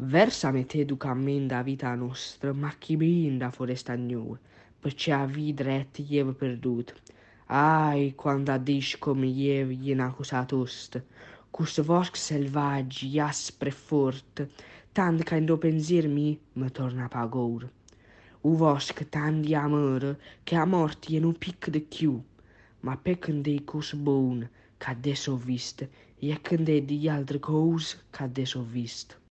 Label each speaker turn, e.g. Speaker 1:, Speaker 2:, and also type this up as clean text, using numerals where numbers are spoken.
Speaker 1: Versame te educament a vita nostra, ma chi brinda foresta gnua, perché a vita retta jeva perdut. Ai, quando a dici come jeva jena cosa tosta, questo vosco selvaggio, aspro e forte, tanto che in do pensier mi torna paura. Un vosco tanto di amore che a morte jena un picco di chiù, ma peccando cose buone che adesso ho visto e che di altre cose che adesso ho visto.